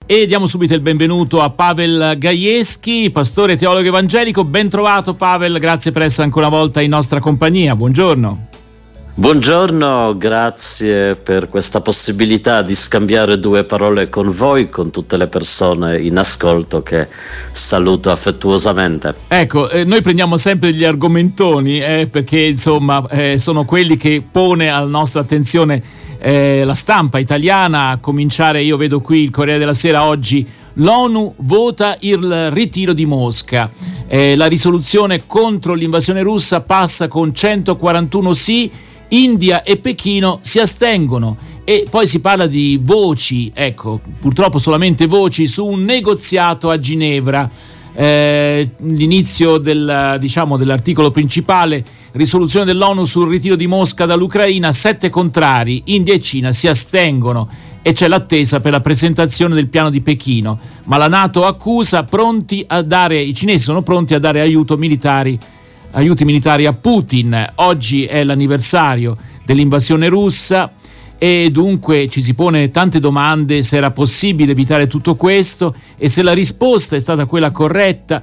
E diamo subito il benvenuto a Pavel Gajewski, pastore teologo evangelico. Ben trovato Pavel, grazie per essere ancora una volta in nostra compagnia. Buongiorno. Buongiorno, grazie per questa possibilità di scambiare due parole con voi, con tutte le persone in ascolto che saluto affettuosamente. Ecco, noi prendiamo sempre gli argomentoni perché insomma sono quelli che pone alla nostra attenzione la stampa italiana, a cominciare, io vedo qui il Corriere della Sera oggi: l'ONU vota il ritiro di Mosca, la risoluzione contro l'invasione russa passa con 141 sì, India e Pechino si astengono. E poi si parla di voci, ecco, purtroppo solamente voci, su un negoziato a Ginevra. L'inizio dell'articolo principale: risoluzione dell'ONU sul ritiro di Mosca dall'Ucraina, 7 contrari, India e Cina si astengono e c'è l'attesa per la presentazione del piano di Pechino, ma la NATO accusa i cinesi sono pronti a dare aiuti militari a Putin. Oggi è l'anniversario dell'invasione russa e dunque ci si pone tante domande: se era possibile evitare tutto questo e se la risposta è stata quella corretta.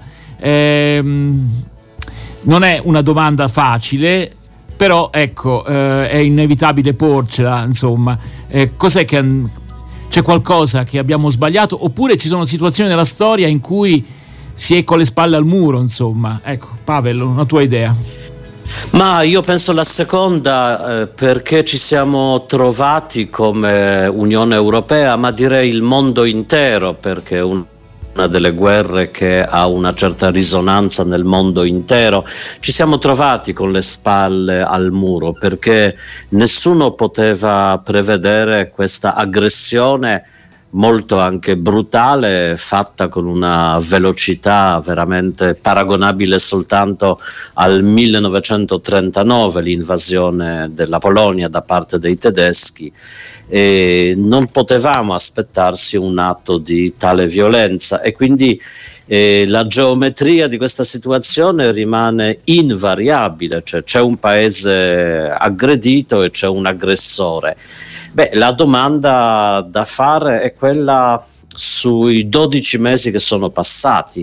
Non è una domanda facile, però ecco, è inevitabile porcela, insomma. Cos'è che c'è qualcosa che abbiamo sbagliato, oppure ci sono situazioni nella storia in cui si è con le spalle al muro, insomma? Ecco, Pavel, una tua idea? Ma io penso la seconda, perché ci siamo trovati come Unione Europea, ma direi il mondo intero, perché una delle guerre che ha una certa risonanza nel mondo intero, ci siamo trovati con le spalle al muro, perché nessuno poteva prevedere questa aggressione molto anche brutale, fatta con una velocità veramente paragonabile soltanto al 1939, l'invasione della Polonia da parte dei tedeschi, e non potevamo aspettarsi un atto di tale violenza, e quindi la geometria di questa situazione rimane invariabile, cioè c'è un paese aggredito e c'è un aggressore. La domanda da fare è quella sui 12 mesi che sono passati,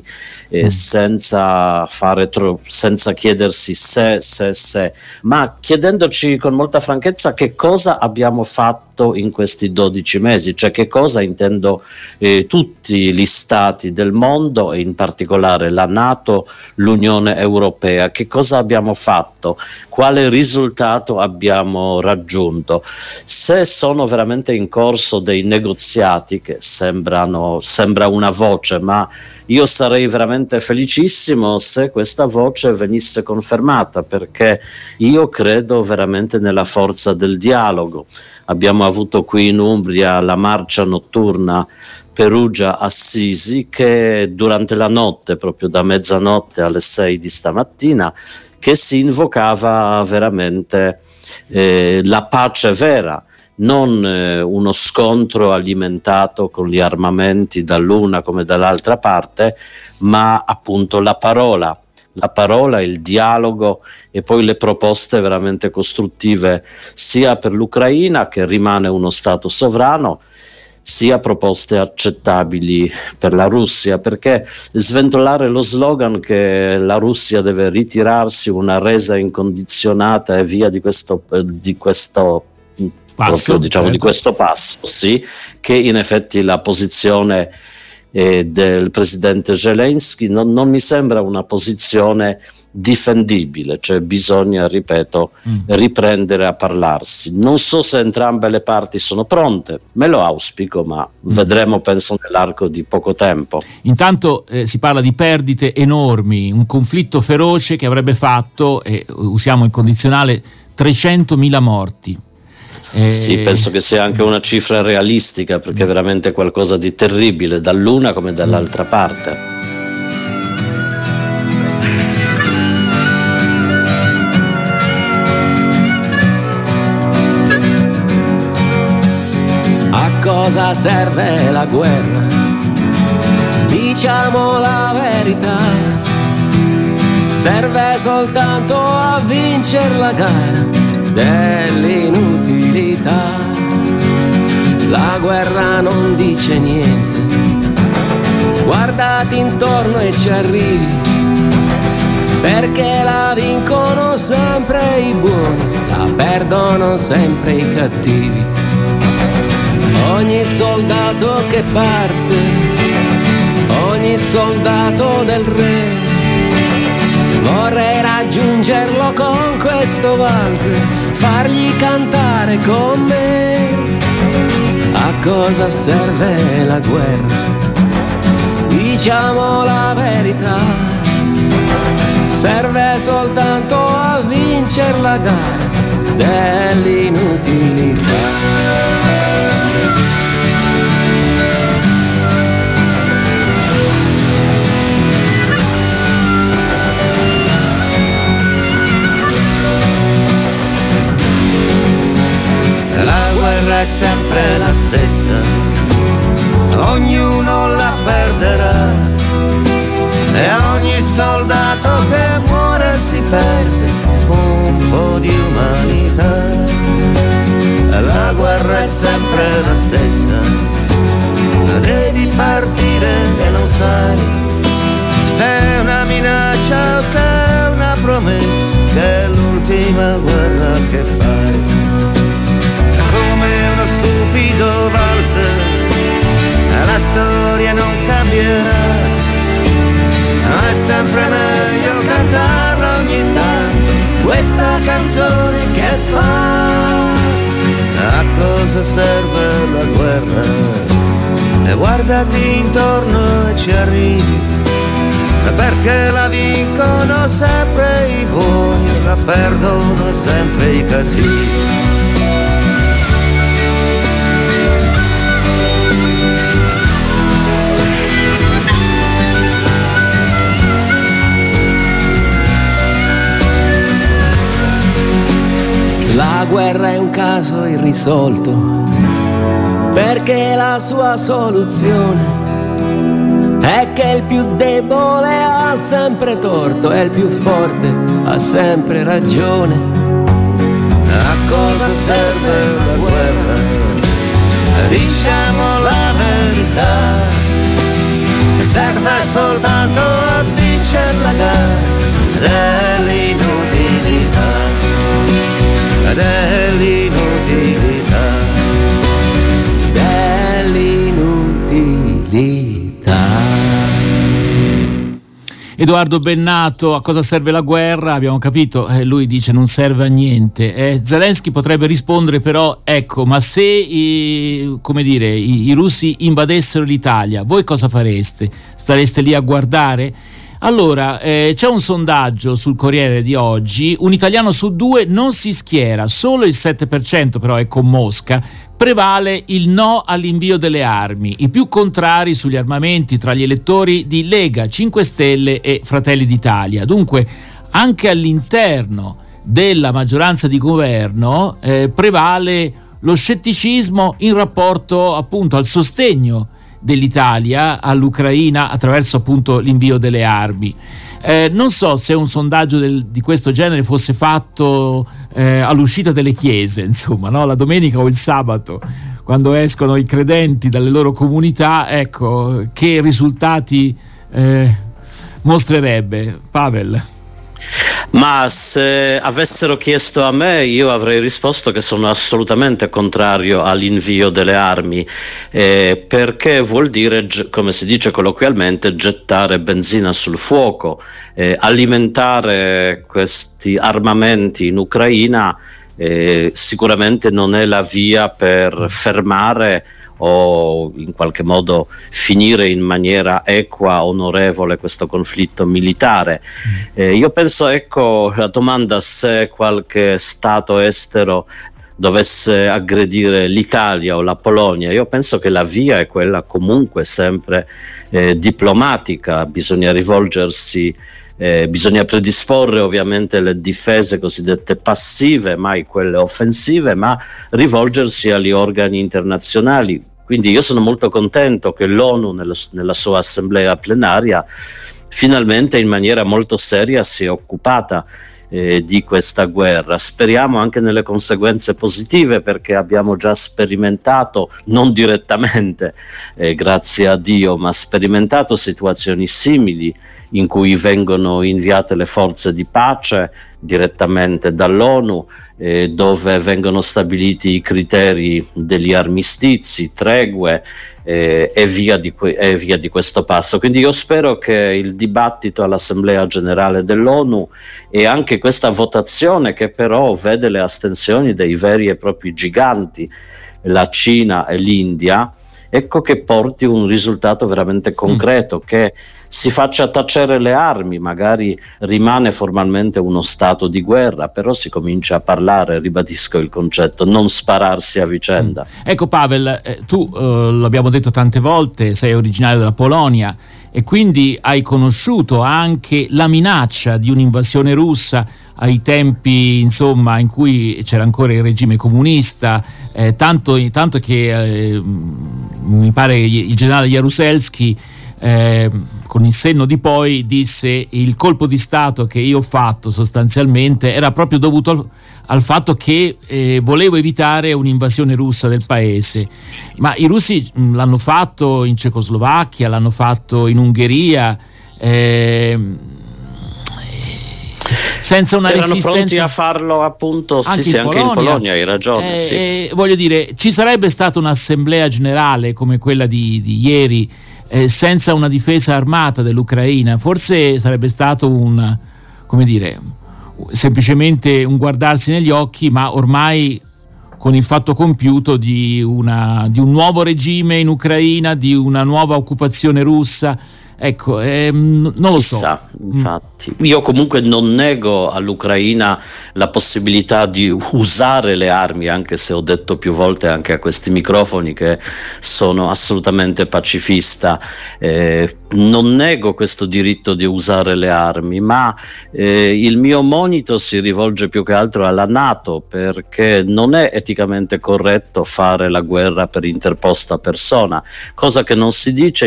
senza chiedersi se, ma chiedendoci con molta franchezza che cosa abbiamo fatto in questi 12 mesi, cioè che cosa, intendo tutti gli stati del mondo e in particolare la NATO, l'Unione Europea, che cosa abbiamo fatto, quale risultato abbiamo raggiunto, se sono veramente in corso dei negoziati, che sembra una voce, ma io sarei veramente felicissimo se questa voce venisse confermata, perché io credo veramente nella forza del dialogo. Abbiamo avuto qui in Umbria la marcia notturna Perugia-Assisi, che durante la notte, proprio da mezzanotte alle 6 di stamattina, che si invocava veramente la pace vera, non uno scontro alimentato con gli armamenti dall'una come dall'altra parte, ma appunto la parola, il dialogo e poi le proposte veramente costruttive, sia per l'Ucraina, che rimane uno Stato sovrano, sia proposte accettabili per la Russia, perché sventolare lo slogan che la Russia deve ritirarsi, una resa incondizionata e via di questo passo, certo, di questo passo, sì, che in effetti la posizione del presidente Zelensky non mi sembra una posizione difendibile, cioè bisogna, ripeto, riprendere a parlarsi. Non so se entrambe le parti sono pronte, me lo auspico, ma vedremo, penso, nell'arco di poco tempo. Intanto si parla di perdite enormi, un conflitto feroce che avrebbe fatto, usiamo il condizionale, 300.000 morti. Sì, penso che sia anche una cifra realistica, perché è veramente qualcosa di terribile, dall'una come dall'altra parte. A cosa serve la guerra? Diciamo la verità. Serve soltanto a vincere la gara dell'inutilità. La guerra non dice niente guardati intorno e ci arrivi, perché la vincono sempre i buoni, la perdono sempre i cattivi. Ogni soldato che parte, ogni soldato del re, vorrei raggiungerlo con questo valzer, fargli cantare con me. A cosa serve la guerra? Diciamo la verità, serve soltanto a vincere la gara dell'inutilità. La guerra è sempre la stessa, ognuno la perderà, e ogni soldato che muore si perde un po' di umanità. La guerra è sempre la stessa, devi partire e non sai se è una minaccia o se è una promessa, che è l'ultima guerra che fai. Come uno stupido valzer, la storia non cambierà, ma è sempre meglio cantarla ogni tanto, questa canzone che fa. A cosa serve la guerra? E guardati intorno e ci arrivi, perché la vincono sempre i buoni, la perdono sempre i cattivi. La guerra è un caso irrisolto, perché la sua soluzione è che il più debole ha sempre torto e il più forte ha sempre ragione. A cosa serve la guerra? Diciamo la verità, serve soltanto a vincere la gara dell'inutilità. Dell'inutilità, dell'inutilità. Edoardo Bennato, a cosa serve la guerra? Abbiamo capito, lui dice non serve a niente. Zelensky potrebbe rispondere però, ecco, ma se i russi invadessero l'Italia, voi cosa fareste? Stareste lì a guardare? Allora, c'è un sondaggio sul Corriere di oggi, un italiano su 2 non si schiera, solo il 7% però è con Mosca, prevale il no all'invio delle armi, i più contrari sugli armamenti tra gli elettori di Lega, 5 Stelle e Fratelli d'Italia. Dunque, anche all'interno della maggioranza di governo prevale lo scetticismo in rapporto appunto al sostegno dell'Italia all'Ucraina attraverso appunto l'invio delle armi. Non so se un sondaggio di questo genere fosse fatto all'uscita delle chiese, insomma, no? La domenica o il sabato, quando escono i credenti dalle loro comunità, ecco, che risultati mostrerebbe, Pavel? Ma se avessero chiesto a me, io avrei risposto che sono assolutamente contrario all'invio delle armi, perché vuol dire, come si dice colloquialmente, gettare benzina sul fuoco, alimentare questi armamenti in Ucraina sicuramente non è la via per fermare o in qualche modo finire in maniera equa, onorevole questo conflitto militare. Io penso, ecco, la domanda se qualche stato estero dovesse aggredire l'Italia o la Polonia, io penso che la via è quella comunque sempre diplomatica, bisogna rivolgersi, bisogna predisporre ovviamente le difese cosiddette passive, mai quelle offensive, ma rivolgersi agli organi internazionali. Quindi io sono molto contento che l'ONU nella sua assemblea plenaria finalmente in maniera molto seria si è occupata di questa guerra. Speriamo anche nelle conseguenze positive, perché abbiamo già sperimentato, non direttamente, grazie a Dio, ma sperimentato situazioni simili in cui vengono inviate le forze di pace direttamente dall'ONU, dove vengono stabiliti i criteri degli armistizi, tregue e via di questo passo. Quindi io spero che il dibattito all'Assemblea Generale dell'ONU e anche questa votazione, che però vede le astensioni dei veri e propri giganti, la Cina e l'India, ecco, che porti un risultato veramente concreto, che si faccia tacere le armi. Magari rimane formalmente uno stato di guerra, però si comincia a parlare, ribadisco il concetto, non spararsi a vicenda. Ecco Pavel, tu l'abbiamo detto tante volte, sei originario della Polonia e quindi hai conosciuto anche la minaccia di un'invasione russa ai tempi, insomma, in cui c'era ancora il regime comunista, tanto che mi pare il generale Jaruzelski, con il senno di poi, disse: il colpo di stato che io ho fatto sostanzialmente era proprio dovuto al fatto che volevo evitare un'invasione russa del paese. Ma i russi l'hanno fatto in Cecoslovacchia, l'hanno fatto in Ungheria, senza una erano resistenza. Pronti a farlo, appunto, anche in Polonia, hai ragione. Voglio dire, ci sarebbe stata un'assemblea generale come quella di ieri, senza una difesa armata dell'Ucraina. Forse sarebbe stato semplicemente un guardarsi negli occhi, ma ormai con il fatto compiuto di un nuovo regime in Ucraina, di una nuova occupazione russa. Ecco, non lo Chissà, infatti. Io comunque non nego all'Ucraina la possibilità di usare le armi, anche se ho detto più volte anche a questi microfoni che sono assolutamente pacifista. Non nego questo diritto di usare le armi, ma il mio monito si rivolge più che altro alla NATO, perché non è eticamente corretto fare la guerra per interposta persona, cosa che non si dice.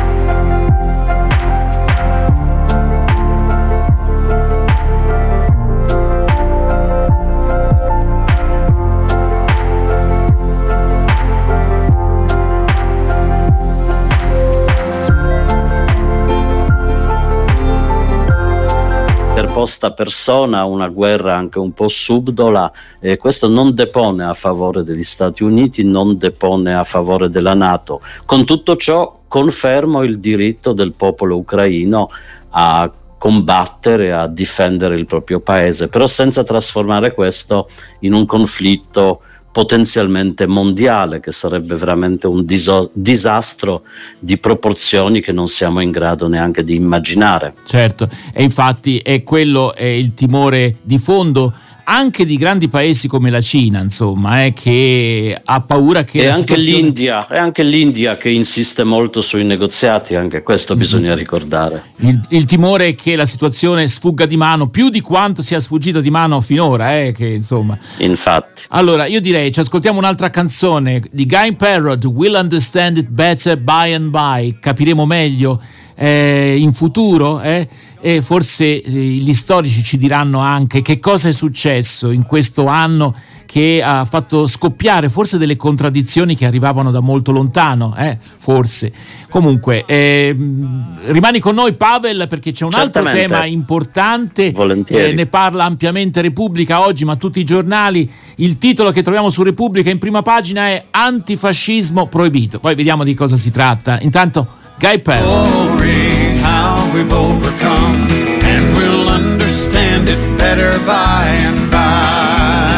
Posta persona, una guerra anche un po' subdola, questo non depone a favore degli Stati Uniti, non depone a favore della NATO. Con tutto ciò confermo il diritto del popolo ucraino a combattere, a difendere il proprio paese, però senza trasformare questo in un conflitto potenzialmente mondiale, che sarebbe veramente un disastro di proporzioni che non siamo in grado neanche di immaginare. Certo, e infatti quello è il timore di fondo anche di grandi paesi come la Cina, insomma, che ha paura che anche l'India che insiste molto sui negoziati, anche questo bisogna ricordare. Il timore è che la situazione sfugga di mano più di quanto sia sfuggita di mano finora, che insomma. Infatti. Allora, io direi ci ascoltiamo un'altra canzone di Guy Parrott, We'll Understand It Better By and By, capiremo meglio in futuro, e forse gli storici ci diranno anche che cosa è successo in questo anno che ha fatto scoppiare forse delle contraddizioni che arrivavano da molto lontano, forse. Comunque rimani con noi, Pavel, perché c'è un altro tema importante. Volentieri. Ne parla ampiamente Repubblica oggi, ma tutti i giornali. Il titolo che troviamo su Repubblica in prima pagina è Antifascismo proibito. Poi vediamo di cosa si tratta. Intanto Guy Parrott. Glory, how we've overcome, and we'll understand it better by and by.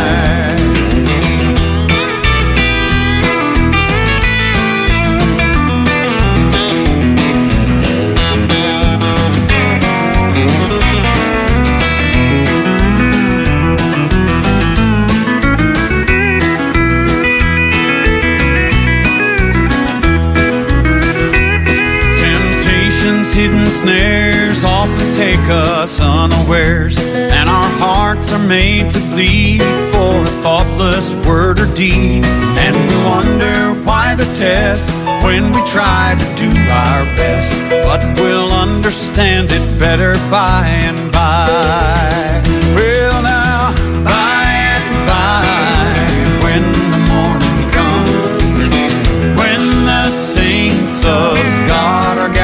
Hidden snares often take us unawares, and our hearts are made to bleed for a thoughtless word or deed. And we wonder why the test when we try to do our best, but we'll understand it better by and by.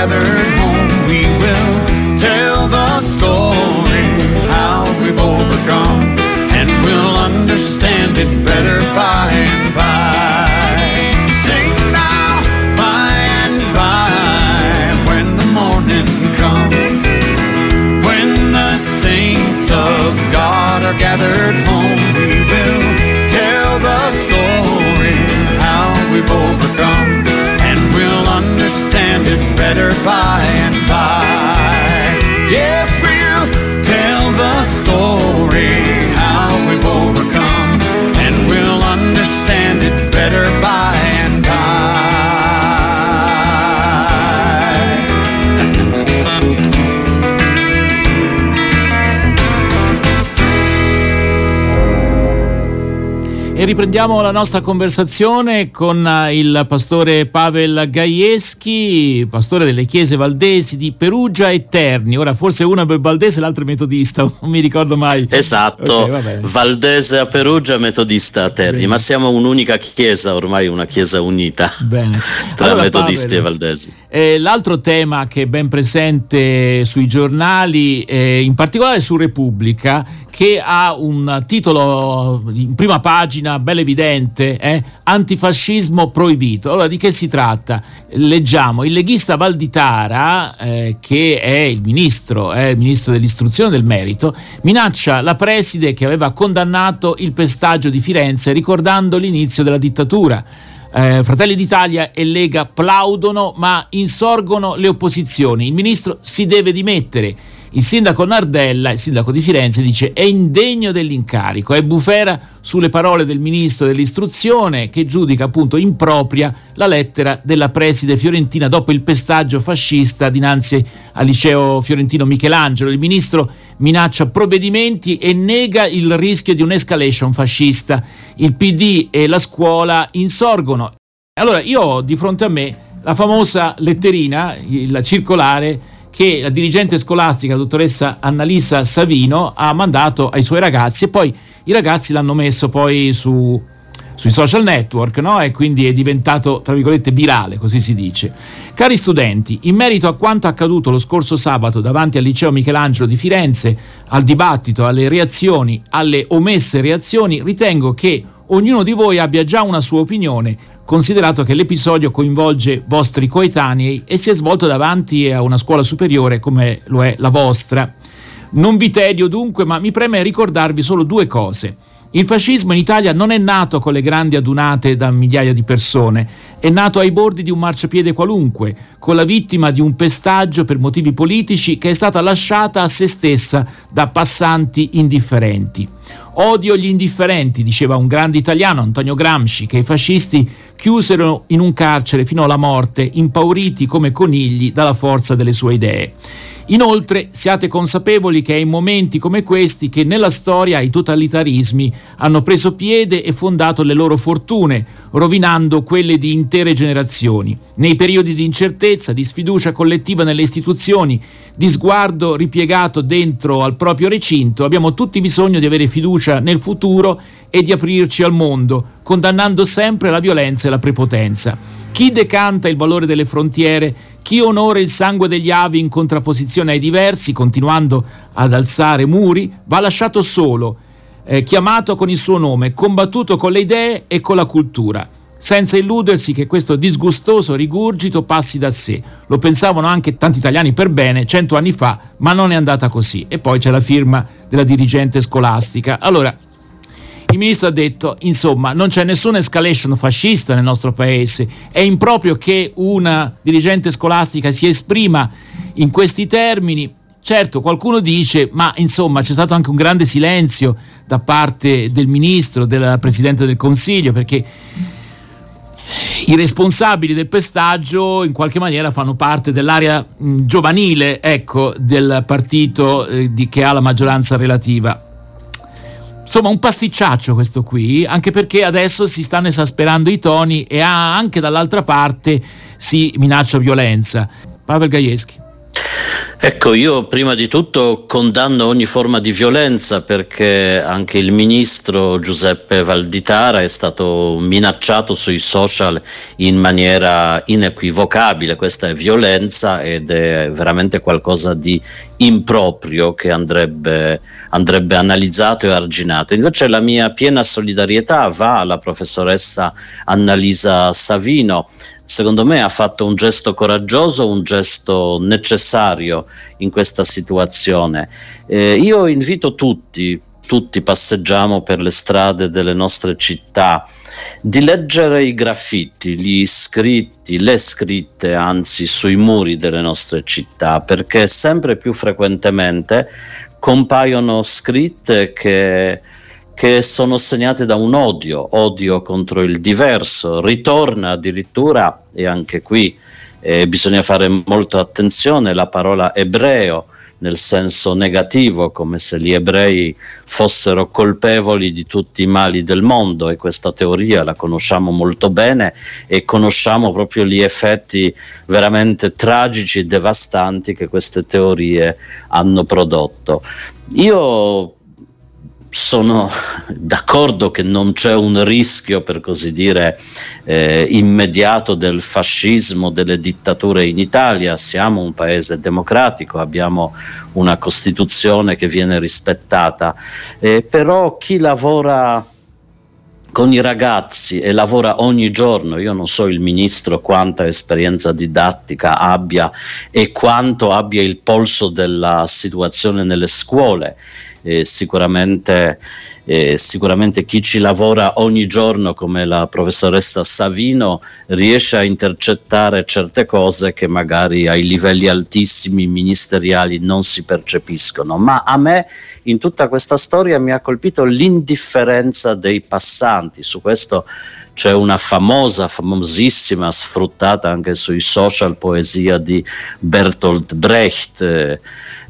gathered home, we will tell the story how we've overcome, and we'll understand it better by and by. Sing now, by and by, when the morning comes, when the saints of God are gathered home, we will tell the story how we've overcome, and we'll understand it better by and by. Yes, we'll tell the story how we've overcome, and we'll understand it better by and by. E riprendiamo la nostra conversazione con il pastore Pavel Gajewski, pastore delle chiese valdesi di Perugia e Terni. Ora forse uno è valdese e l'altro è metodista, non mi ricordo mai. Esatto, Okay, valdese a Perugia, metodista a Terni, Bene. ma siamo un'unica chiesa, ormai una chiesa unita Bene. tra Allora, metodisti Pavel, e valdesi. L'altro tema che è ben presente sui giornali, in particolare su Repubblica, che ha un titolo in prima pagina bello evidente, antifascismo proibito. Allora, di che si tratta? Leggiamo: il leghista Valditara, che è il ministro dell'istruzione del merito, minaccia la preside che aveva condannato il pestaggio di Firenze ricordando l'inizio della dittatura. Fratelli d'Italia e Lega plaudono, ma insorgono le opposizioni. Il ministro si deve dimettere. Il sindaco Nardella, il sindaco di Firenze, dice è indegno dell'incarico, è bufera sulle parole del ministro dell'istruzione, che giudica appunto impropria la lettera della preside fiorentina dopo il pestaggio fascista dinanzi al liceo fiorentino Michelangelo. Il ministro minaccia provvedimenti e nega il rischio di un'escalation fascista. Il PD e la scuola insorgono. Allora, io ho di fronte a me la famosa letterina, la circolare che la dirigente scolastica, la dottoressa Annalisa Savino, ha mandato ai suoi ragazzi, e poi i ragazzi l'hanno messo poi sui social network, no? E quindi è diventato, tra virgolette, virale, così si dice. Cari studenti, in merito a quanto accaduto lo scorso sabato davanti al liceo Michelangelo di Firenze, al dibattito, alle reazioni, alle omesse reazioni, ritengo che ognuno di voi abbia già una sua opinione, considerato che l'episodio coinvolge vostri coetanei e si è svolto davanti a una scuola superiore come lo è la vostra. Non vi tedio dunque, ma mi preme ricordarvi solo due cose. Il fascismo in Italia non è nato con le grandi adunate da migliaia di persone, è nato ai bordi di un marciapiede qualunque, con la vittima di un pestaggio per motivi politici che è stata lasciata a se stessa da passanti indifferenti. Odio gli indifferenti, diceva un grande italiano, Antonio Gramsci, che i fascisti chiusero in un carcere fino alla morte, impauriti come conigli dalla forza delle sue idee. Inoltre, siate consapevoli che è in momenti come questi che nella storia i totalitarismi hanno preso piede e fondato le loro fortune, rovinando quelle di intere generazioni. Nei periodi di incertezza, di sfiducia collettiva nelle istituzioni, di sguardo ripiegato dentro al proprio recinto, abbiamo tutti bisogno di avere fiducia nel futuro e di aprirci al mondo, condannando sempre la violenza e la prepotenza. Chi decanta il valore delle frontiere, chi onora il sangue degli avi in contrapposizione ai diversi, continuando ad alzare muri, va lasciato solo, chiamato con il suo nome, combattuto con le idee e con la cultura, senza illudersi che questo disgustoso rigurgito passi da sé. Lo pensavano anche tanti italiani per bene 100 anni fa, ma non è andata così. E poi c'è la firma della dirigente scolastica. Allora, il ministro ha detto, insomma, non c'è nessuna escalation fascista nel nostro paese, è improprio che una dirigente scolastica si esprima in questi termini. Certo, qualcuno dice, ma insomma c'è stato anche un grande silenzio da parte del ministro, del Presidente del Consiglio, perché i responsabili del pestaggio in qualche maniera fanno parte dell'area giovanile, ecco, del partito che ha la maggioranza relativa. Insomma, un pasticciaccio questo qui, anche perché adesso si stanno esasperando i toni e anche dall'altra parte si minaccia violenza. Pavel Gajewski. Ecco, io prima di tutto condanno ogni forma di violenza, perché anche il ministro Giuseppe Valditara è stato minacciato sui social in maniera inequivocabile. Questa è violenza ed è veramente qualcosa di improprio che andrebbe analizzato e arginato. Invece la mia piena solidarietà va alla professoressa Annalisa Savino. Secondo me ha fatto un gesto coraggioso, un gesto necessario in questa situazione. Io invito tutti passeggiamo per le strade delle nostre città, di leggere i graffiti, gli scritti, le scritte anzi sui muri delle nostre città, perché sempre più frequentemente compaiono scritte che sono segnate da un odio contro il diverso. Ritorna addirittura, e anche qui bisogna fare molta attenzione, la parola ebreo nel senso negativo, come se gli ebrei fossero colpevoli di tutti i mali del mondo, e questa teoria la conosciamo molto bene e conosciamo proprio gli effetti veramente tragici e devastanti che queste teorie hanno prodotto. Io sono d'accordo che non c'è un rischio, per così dire, immediato del fascismo, delle dittature in Italia. Siamo un paese democratico, abbiamo una Costituzione che viene rispettata, però chi lavora con i ragazzi e lavora ogni giorno, io non so il ministro quanta esperienza didattica abbia e quanto abbia il polso della situazione nelle scuole. Sicuramente chi ci lavora ogni giorno come la professoressa Savino riesce a intercettare certe cose che magari ai livelli altissimi ministeriali non si percepiscono. Ma a me in tutta questa storia mi ha colpito l'indifferenza dei passanti. Su questo c'è una famosissima, sfruttata anche sui social, poesia di Bertolt Brecht,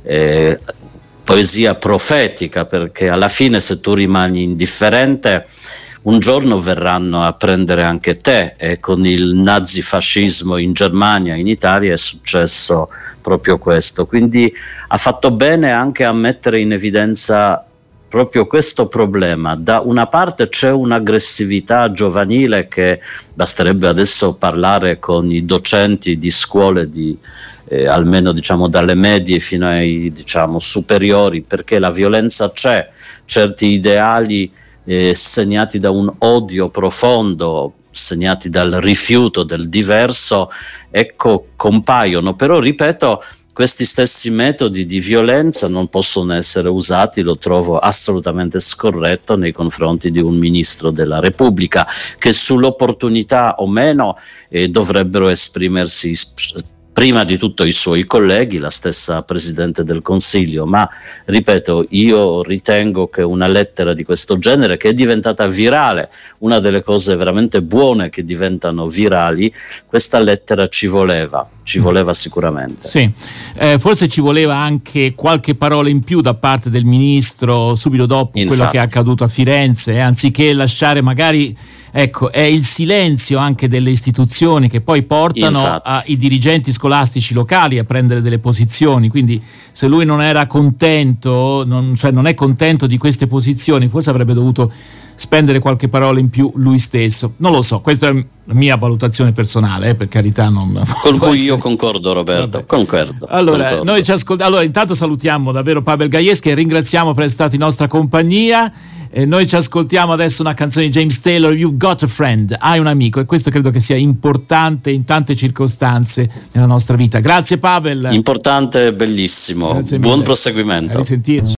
poesia profetica, perché alla fine se tu rimani indifferente un giorno verranno a prendere anche te, e con il nazifascismo in Germania, in Italia è successo proprio questo. Quindi ha fatto bene anche a mettere in evidenza proprio questo problema. Da una parte c'è un'aggressività giovanile che basterebbe adesso parlare con i docenti di scuole almeno diciamo dalle medie fino ai superiori, perché la violenza c'è, certi ideali segnati da un odio profondo, segnati dal rifiuto del diverso, ecco, compaiono. Però ripeto, questi stessi metodi di violenza non possono essere usati, lo trovo assolutamente scorretto, nei confronti di un ministro della Repubblica, che sull'opportunità o meno dovrebbero esprimersi prima di tutto i suoi colleghi, la stessa Presidente del Consiglio. Ma ripeto, io ritengo che una lettera di questo genere, che è diventata virale, una delle cose veramente buone che diventano virali, questa lettera ci voleva sicuramente. Sì, forse ci voleva anche qualche parola in più da parte del ministro subito dopo quello che è accaduto a Firenze, anziché lasciare magari, ecco, è il silenzio anche delle istituzioni che poi portano i dirigenti scolastici locali a prendere delle posizioni. Quindi se lui non era contento, non è contento di queste posizioni, forse avrebbe dovuto spendere qualche parola in più lui stesso. Non lo so, questa è la mia valutazione personale, per carità. Con cui io concordo, Roberto. Concordo. Allora, noi allora intanto salutiamo davvero Pavel Gajewski e ringraziamo per essere stato in nostra compagnia. Noi ci ascoltiamo adesso una canzone di James Taylor, You've Got a Friend, hai un amico, e questo credo che sia importante in tante circostanze nella nostra vita. Grazie Pavel. Importante e bellissimo. Buon proseguimento. A risentirci.